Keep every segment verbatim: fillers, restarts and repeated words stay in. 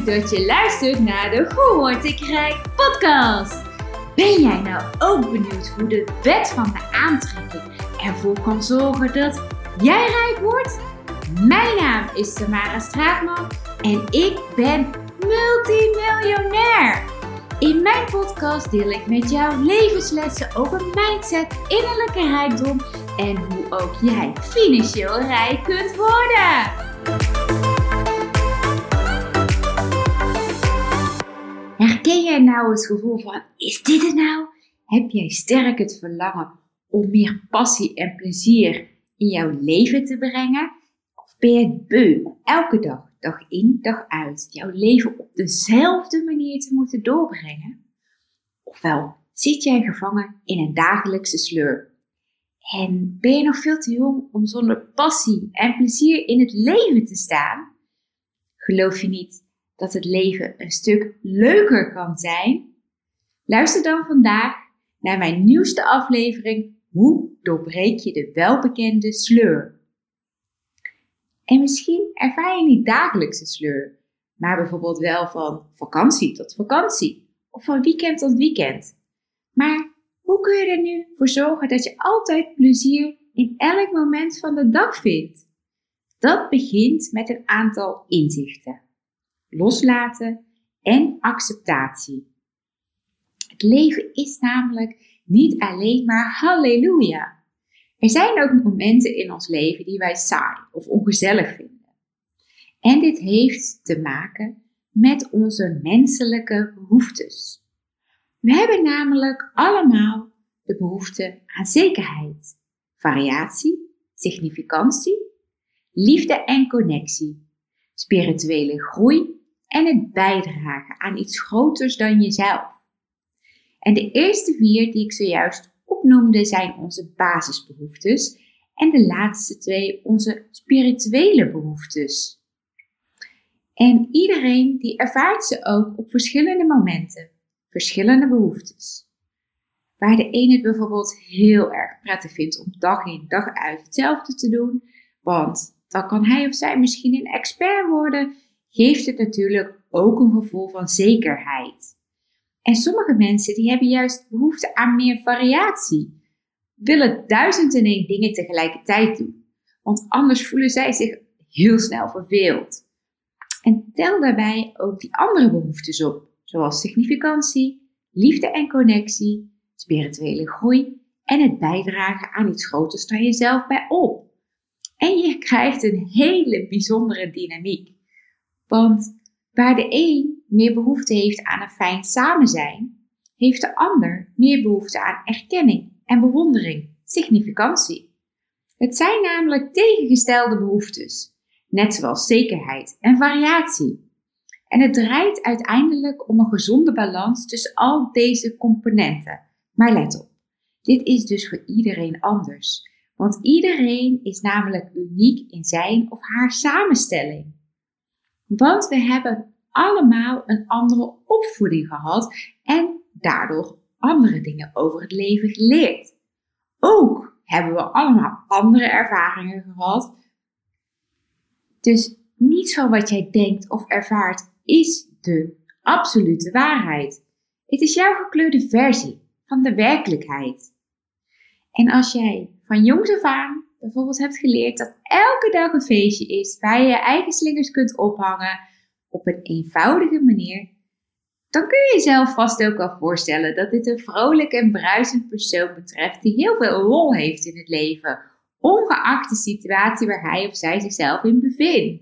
dat je luistert naar de Hoe Word ik Rijk podcast. Ben jij nou ook benieuwd hoe de wet van de aantrekking ervoor kan zorgen dat jij rijk wordt? Mijn naam is Tamara Straatman en ik ben multimiljonair. In mijn podcast deel ik met jou levenslessen over mindset, innerlijke rijkdom en hoe ook jij financieel rijk kunt worden. Herken jij nou het gevoel van, is dit het nou? Heb jij sterk het verlangen om meer passie en plezier in jouw leven te brengen? Of ben je het beu om elke dag, dag in, dag uit, jouw leven op dezelfde manier te moeten doorbrengen? Ofwel, zit jij gevangen in een dagelijkse sleur? En ben je nog veel te jong om zonder passie en plezier in het leven te staan? Geloof je niet dat het leven een stuk leuker kan zijn? Luister dan vandaag naar mijn nieuwste aflevering, Hoe doorbreek je de welbekende sleur? En misschien ervaar je niet dagelijkse sleur, maar bijvoorbeeld wel van vakantie tot vakantie of van weekend tot weekend. Maar hoe kun je er nu voor zorgen dat je altijd plezier in elk moment van de dag vindt? Dat begint met een aantal inzichten. Loslaten en acceptatie. Het leven is namelijk niet alleen maar halleluja. Er zijn ook momenten in ons leven die wij saai of ongezellig vinden. En dit heeft te maken met onze menselijke behoeftes. We hebben namelijk allemaal de behoefte aan zekerheid, variatie, significantie, liefde en connectie, spirituele groei en het bijdragen aan iets groters dan jezelf. En de eerste vier die ik zojuist opnoemde zijn onze basisbehoeftes en de laatste twee onze spirituele behoeftes. En iedereen die ervaart ze ook op verschillende momenten, verschillende behoeftes. Waar de een het bijvoorbeeld heel erg prettig vindt om dag in dag uit hetzelfde te doen, want dan kan hij of zij misschien een expert worden, geeft het natuurlijk ook een gevoel van zekerheid. En sommige mensen die hebben juist behoefte aan meer variatie, willen duizend en één dingen tegelijkertijd doen, want anders voelen zij zich heel snel verveeld. En tel daarbij ook die andere behoeftes op, zoals significantie, liefde en connectie, spirituele groei en het bijdragen aan iets groters dan jezelf bij op. En je krijgt een hele bijzondere dynamiek. Want waar de een meer behoefte heeft aan een fijn samen zijn, heeft de ander meer behoefte aan erkenning en bewondering, significantie. Het zijn namelijk tegengestelde behoeftes, net zoals zekerheid en variatie. En het draait uiteindelijk om een gezonde balans tussen al deze componenten. Maar let op, dit is dus voor iedereen anders. Want iedereen is namelijk uniek in zijn of haar samenstelling. Want we hebben allemaal een andere opvoeding gehad en daardoor andere dingen over het leven geleerd. Ook hebben we allemaal andere ervaringen gehad. Dus niets van wat jij denkt of ervaart is de absolute waarheid. Het is jouw gekleurde versie van de werkelijkheid. En als jij van jongs af aan bijvoorbeeld hebt geleerd dat elke dag een feestje is waar je je eigen slingers kunt ophangen op een eenvoudige manier, dan kun je jezelf vast ook wel voorstellen dat dit een vrolijk en bruisend persoon betreft die heel veel lol heeft in het leven, ongeacht de situatie waar hij of zij zichzelf in bevindt.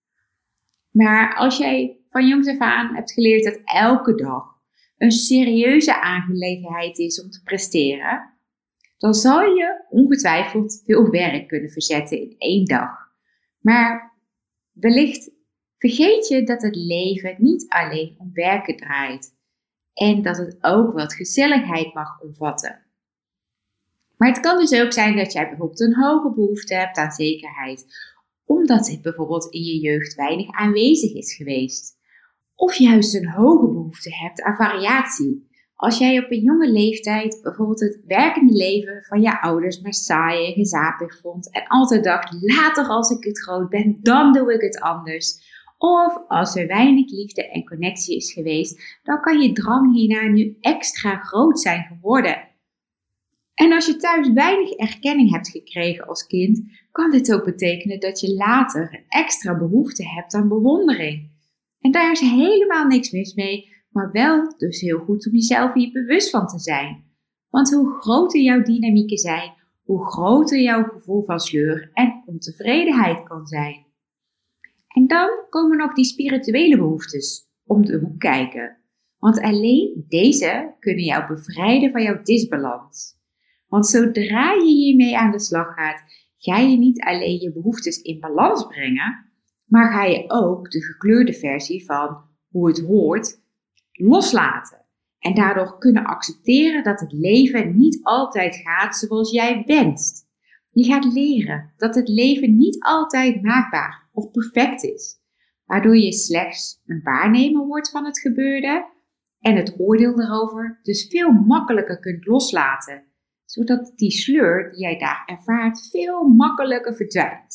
Maar als jij van jongs af aan hebt geleerd dat elke dag een serieuze aangelegenheid is om te presteren, dan zal je ongetwijfeld veel werk kunnen verzetten in één dag. Maar wellicht vergeet je dat het leven niet alleen om werken draait en dat het ook wat gezelligheid mag omvatten. Maar het kan dus ook zijn dat jij bijvoorbeeld een hoge behoefte hebt aan zekerheid, omdat dit bijvoorbeeld in je jeugd weinig aanwezig is geweest. Of juist een hoge behoefte hebt aan variatie. Als jij op een jonge leeftijd bijvoorbeeld het werkende leven van je ouders maar saai en gezapig vond en altijd dacht, later als ik het groot ben, dan doe ik het anders. Of als er weinig liefde en connectie is geweest, dan kan je drang hiernaar nu extra groot zijn geworden. En als je thuis weinig erkenning hebt gekregen als kind, kan dit ook betekenen dat je later een extra behoefte hebt aan bewondering. En daar is helemaal niks mis mee, maar wel dus heel goed om jezelf hier bewust van te zijn. Want hoe groter jouw dynamieken zijn, hoe groter jouw gevoel van sleur en ontevredenheid kan zijn. En dan komen nog die spirituele behoeftes om de hoek kijken. Want alleen deze kunnen jou bevrijden van jouw disbalans. Want zodra je hiermee aan de slag gaat, ga je niet alleen je behoeftes in balans brengen, maar ga je ook de gekleurde versie van hoe het hoort loslaten. En daardoor kunnen accepteren dat het leven niet altijd gaat zoals jij wenst. Je gaat leren dat het leven niet altijd maakbaar of perfect is, waardoor je slechts een waarnemer wordt van het gebeurde en het oordeel erover dus veel makkelijker kunt loslaten, zodat die sleur die jij daar ervaart veel makkelijker verdwijnt.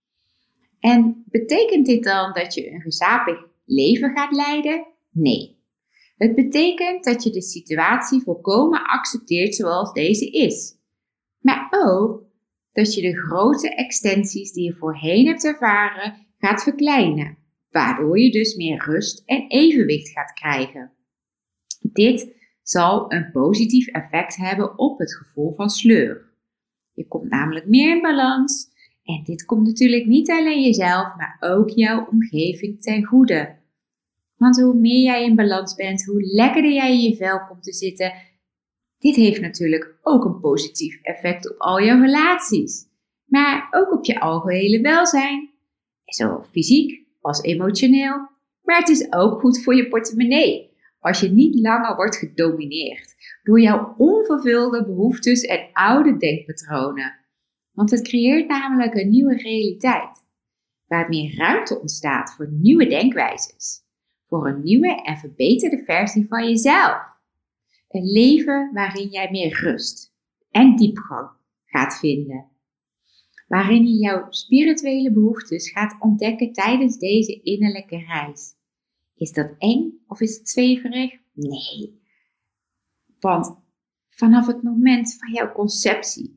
En betekent dit dan dat je een gezapig leven gaat leiden? Nee. Het betekent dat je de situatie volkomen accepteert zoals deze is. Maar ook dat je de grote extensies die je voorheen hebt ervaren gaat verkleinen, waardoor je dus meer rust en evenwicht gaat krijgen. Dit zal een positief effect hebben op het gevoel van sleur. Je komt namelijk meer in balans en dit komt natuurlijk niet alleen jezelf, maar ook jouw omgeving ten goede. Want hoe meer jij in balans bent, hoe lekkerder jij in je vel komt te zitten. Dit heeft natuurlijk ook een positief effect op al jouw relaties, maar ook op je algehele welzijn, zowel fysiek als emotioneel. Maar het is ook goed voor je portemonnee, als je niet langer wordt gedomineerd door jouw onvervulde behoeftes en oude denkpatronen. Want het creëert namelijk een nieuwe realiteit, waar meer ruimte ontstaat voor nieuwe denkwijzes, voor een nieuwe en verbeterde versie van jezelf. Een leven waarin jij meer rust en diepgang gaat vinden. Waarin je jouw spirituele behoeftes gaat ontdekken tijdens deze innerlijke reis. Is dat eng of is het zweverig? Nee. Want vanaf het moment van jouw conceptie,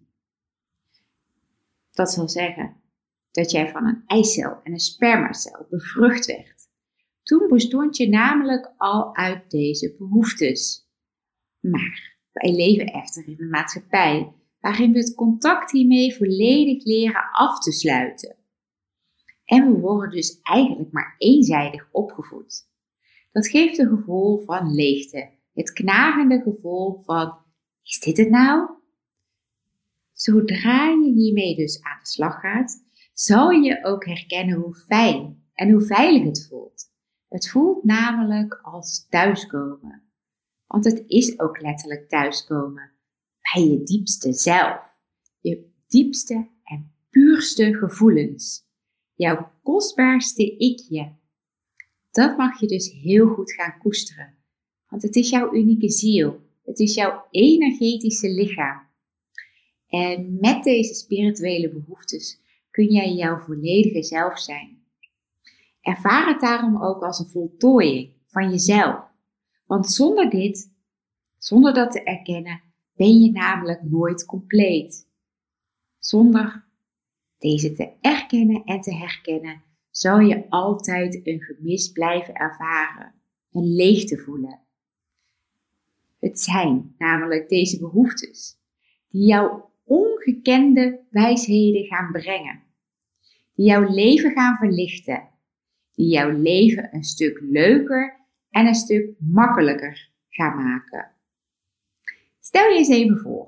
dat wil zeggen dat jij van een eicel en een spermacel bevrucht werd, toen bestond je namelijk al uit deze behoeftes. Maar wij leven echter in een maatschappij waarin we het contact hiermee volledig leren af te sluiten. En we worden dus eigenlijk maar eenzijdig opgevoed. Dat geeft een gevoel van leegte, het knagende gevoel van, is dit het nou? Zodra je hiermee dus aan de slag gaat, zal je ook herkennen hoe fijn en hoe veilig het voelt. Het voelt namelijk als thuiskomen. Want het is ook letterlijk thuiskomen bij je diepste zelf. Je diepste en puurste gevoelens. Jouw kostbaarste ikje. Dat mag je dus heel goed gaan koesteren. Want het is jouw unieke ziel. Het is jouw energetische lichaam. En met deze spirituele behoeftes kun jij jouw volledige zelf zijn. Ervaar het daarom ook als een voltooiing van jezelf. Want zonder dit, zonder dat te erkennen, ben je namelijk nooit compleet. Zonder deze te erkennen en te herkennen, zal je altijd een gemis blijven ervaren, een leegte voelen. Het zijn namelijk deze behoeftes die jouw ongekende wijsheden gaan brengen, die jouw leven gaan verlichten, die jouw leven een stuk leuker en een stuk makkelijker gaan maken. Stel je eens even voor.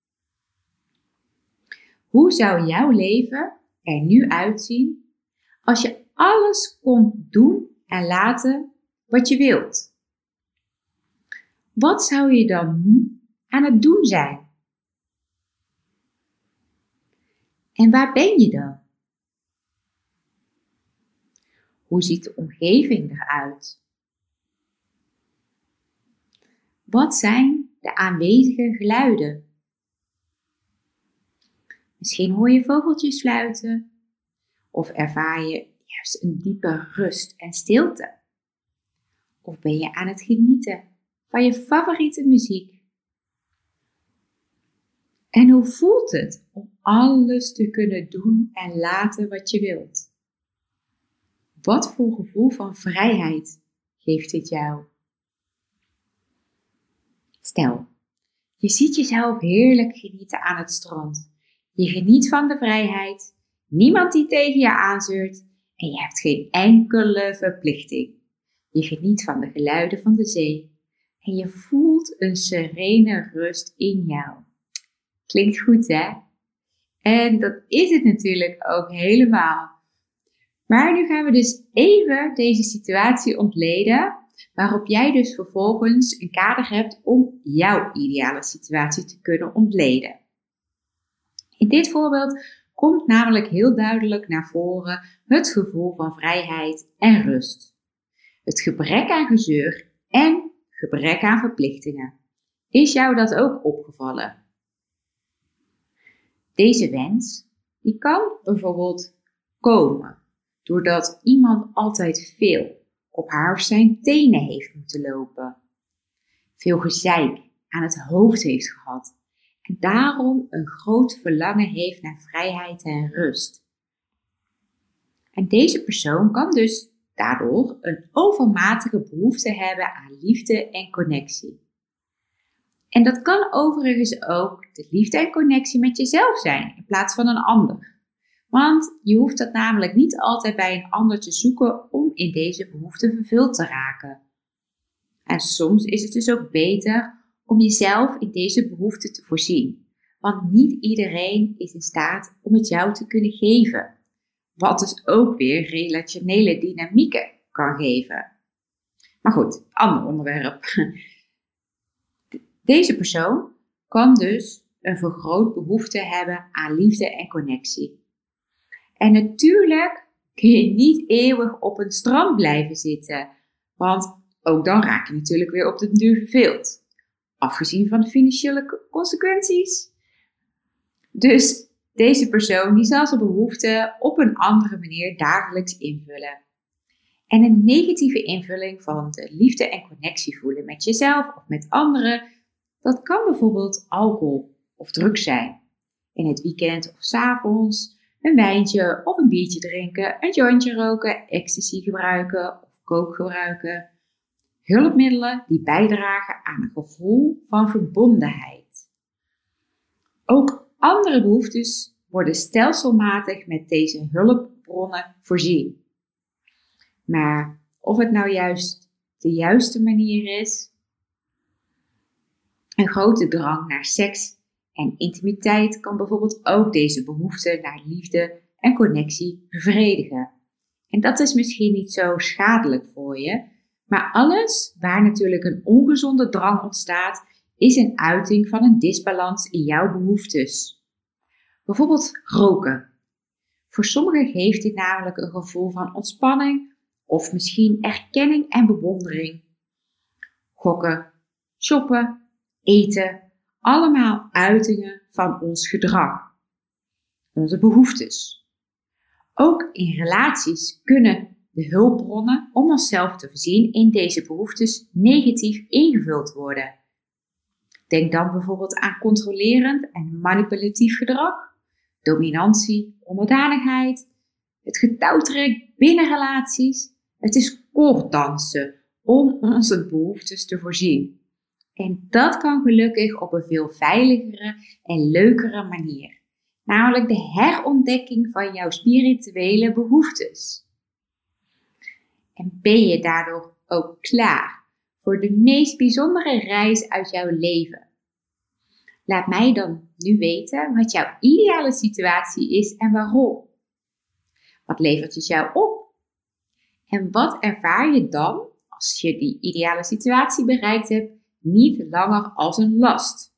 Hoe zou jouw leven er nu uitzien als je alles kon doen en laten wat je wilt? Wat zou je dan nu aan het doen zijn? En waar ben je dan? Hoe ziet de omgeving eruit? Wat zijn de aanwezige geluiden? Misschien hoor je vogeltjes fluiten of ervaar je juist een diepe rust en stilte? Of ben je aan het genieten van je favoriete muziek? En hoe voelt het om alles te kunnen doen en laten wat je wilt? Wat voor gevoel van vrijheid geeft dit jou? Stel, je ziet jezelf heerlijk genieten aan het strand. Je geniet van de vrijheid, niemand die tegen je aanzeurt en je hebt geen enkele verplichting. Je geniet van de geluiden van de zee en je voelt een serene rust in jou. Klinkt goed, hè? En dat is het natuurlijk ook helemaal. Maar nu gaan we dus even deze situatie ontleden, waarop jij dus vervolgens een kader hebt om jouw ideale situatie te kunnen ontleden. In dit voorbeeld komt namelijk heel duidelijk naar voren het gevoel van vrijheid en rust. Het gebrek aan gezeur en gebrek aan verplichtingen. Is jou dat ook opgevallen? Deze wens die kan bijvoorbeeld komen doordat iemand altijd veel op haar of zijn tenen heeft moeten lopen, veel gezeik aan het hoofd heeft gehad en daarom een groot verlangen heeft naar vrijheid en rust. En deze persoon kan dus daardoor een overmatige behoefte hebben aan liefde en connectie. En dat kan overigens ook de liefde en connectie met jezelf zijn in plaats van een ander. Want je hoeft dat namelijk niet altijd bij een ander te zoeken om in deze behoefte vervuld te raken. En soms is het dus ook beter om jezelf in deze behoefte te voorzien. Want niet iedereen is in staat om het jou te kunnen geven. Wat dus ook weer relationele dynamieken kan geven. Maar goed, ander onderwerp. Deze persoon kan dus een vergroot behoefte hebben aan liefde en connectie. En natuurlijk kun je niet eeuwig op een strand blijven zitten, want ook dan raak je natuurlijk weer op de duur verveeld. Afgezien van de financiële consequenties. Dus deze persoon die zal zijn behoefte op een andere manier dagelijks invullen. En een negatieve invulling van de liefde en connectie voelen met jezelf of met anderen, dat kan bijvoorbeeld alcohol of drugs zijn. In het weekend of 's avonds een wijntje of een biertje drinken, een jointje roken, ecstasy gebruiken of coke gebruiken. Hulpmiddelen die bijdragen aan een gevoel van verbondenheid. Ook andere behoeftes worden stelselmatig met deze hulpbronnen voorzien. Maar of het nou juist de juiste manier is, een grote drang naar seks en intimiteit kan bijvoorbeeld ook deze behoefte naar liefde en connectie bevredigen. En dat is misschien niet zo schadelijk voor je, maar alles waar natuurlijk een ongezonde drang ontstaat, is een uiting van een disbalans in jouw behoeftes. Bijvoorbeeld roken. Voor sommigen geeft dit namelijk een gevoel van ontspanning of misschien erkenning en bewondering. Gokken, shoppen, eten, allemaal uitingen van ons gedrag, onze behoeftes. Ook in relaties kunnen de hulpbronnen om onszelf te voorzien in deze behoeftes negatief ingevuld worden. Denk dan bijvoorbeeld aan controlerend en manipulatief gedrag, dominantie, onderdanigheid, het getouwtrek binnen relaties. Het is koorddansen om onze behoeftes te voorzien. En dat kan gelukkig op een veel veiligere en leukere manier. Namelijk de herontdekking van jouw spirituele behoeftes. En ben je daardoor ook klaar voor de meest bijzondere reis uit jouw leven? Laat mij dan nu weten wat jouw ideale situatie is en waarom. Wat levert het jou op? En wat ervaar je dan, als je die ideale situatie bereikt hebt, niet langer als een last?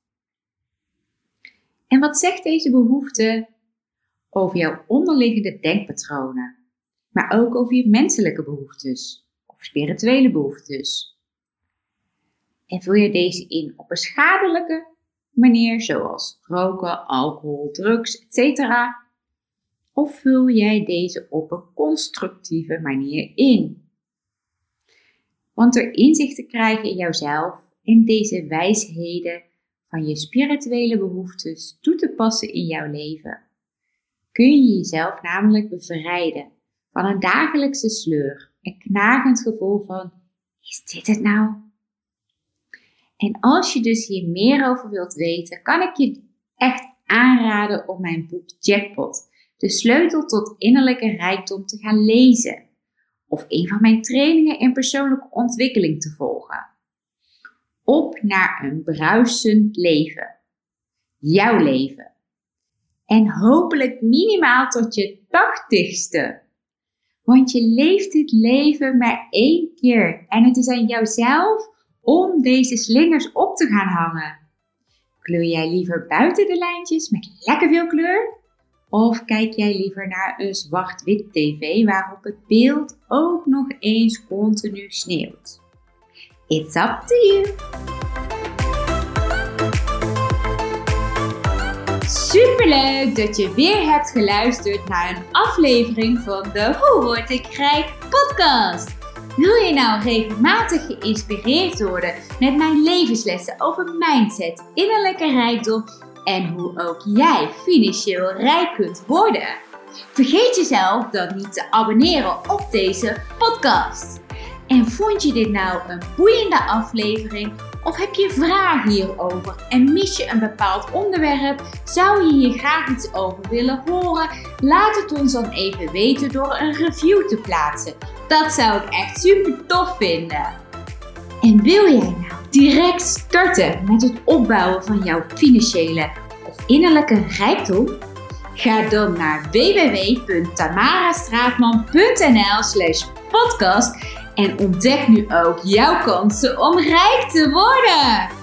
En wat zegt deze behoefte over jouw onderliggende denkpatronen, maar ook over je menselijke behoeftes of spirituele behoeftes? En vul je deze in op een schadelijke manier, zoals roken, alcohol, drugs, et cetera? Of vul jij deze op een constructieve manier in? Want door inzicht te krijgen in jouzelf en deze wijsheden van je spirituele behoeftes toe te passen in jouw leven, kun je jezelf namelijk bevrijden van een dagelijkse sleur, een knagend gevoel van, is dit het nou? En als je dus hier meer over wilt weten, kan ik je echt aanraden om mijn boek Jackpot, de sleutel tot innerlijke rijkdom, te gaan lezen. Of een van mijn trainingen in persoonlijke ontwikkeling te volgen. Op naar een bruisend leven. Jouw leven. En hopelijk minimaal tot je tachtigste. Want je leeft dit leven maar één keer. En het is aan jouzelf om deze slingers op te gaan hangen. Kleur jij liever buiten de lijntjes met lekker veel kleur? Of kijk jij liever naar een zwart-wit tv waarop het beeld ook nog eens continu sneeuwt? It's up to you! Superleuk dat je weer hebt geluisterd naar een aflevering van de Hoe Word ik Rijk podcast. Wil je nou regelmatig geïnspireerd worden met mijn levenslessen over mindset, innerlijke rijkdom en hoe ook jij financieel rijk kunt worden? Vergeet jezelf dan niet te abonneren op deze podcast. En vond je dit nou een boeiende aflevering? Of heb je vragen hierover en mis je een bepaald onderwerp? Zou je hier graag iets over willen horen? Laat het ons dan even weten door een review te plaatsen. Dat zou ik echt super tof vinden. En wil jij nou direct starten met het opbouwen van jouw financiële of innerlijke rijkdom? Ga dan naar w w w punt tamarastraatman punt n l slash podcast en ontdek nu ook jouw kansen om rijk te worden.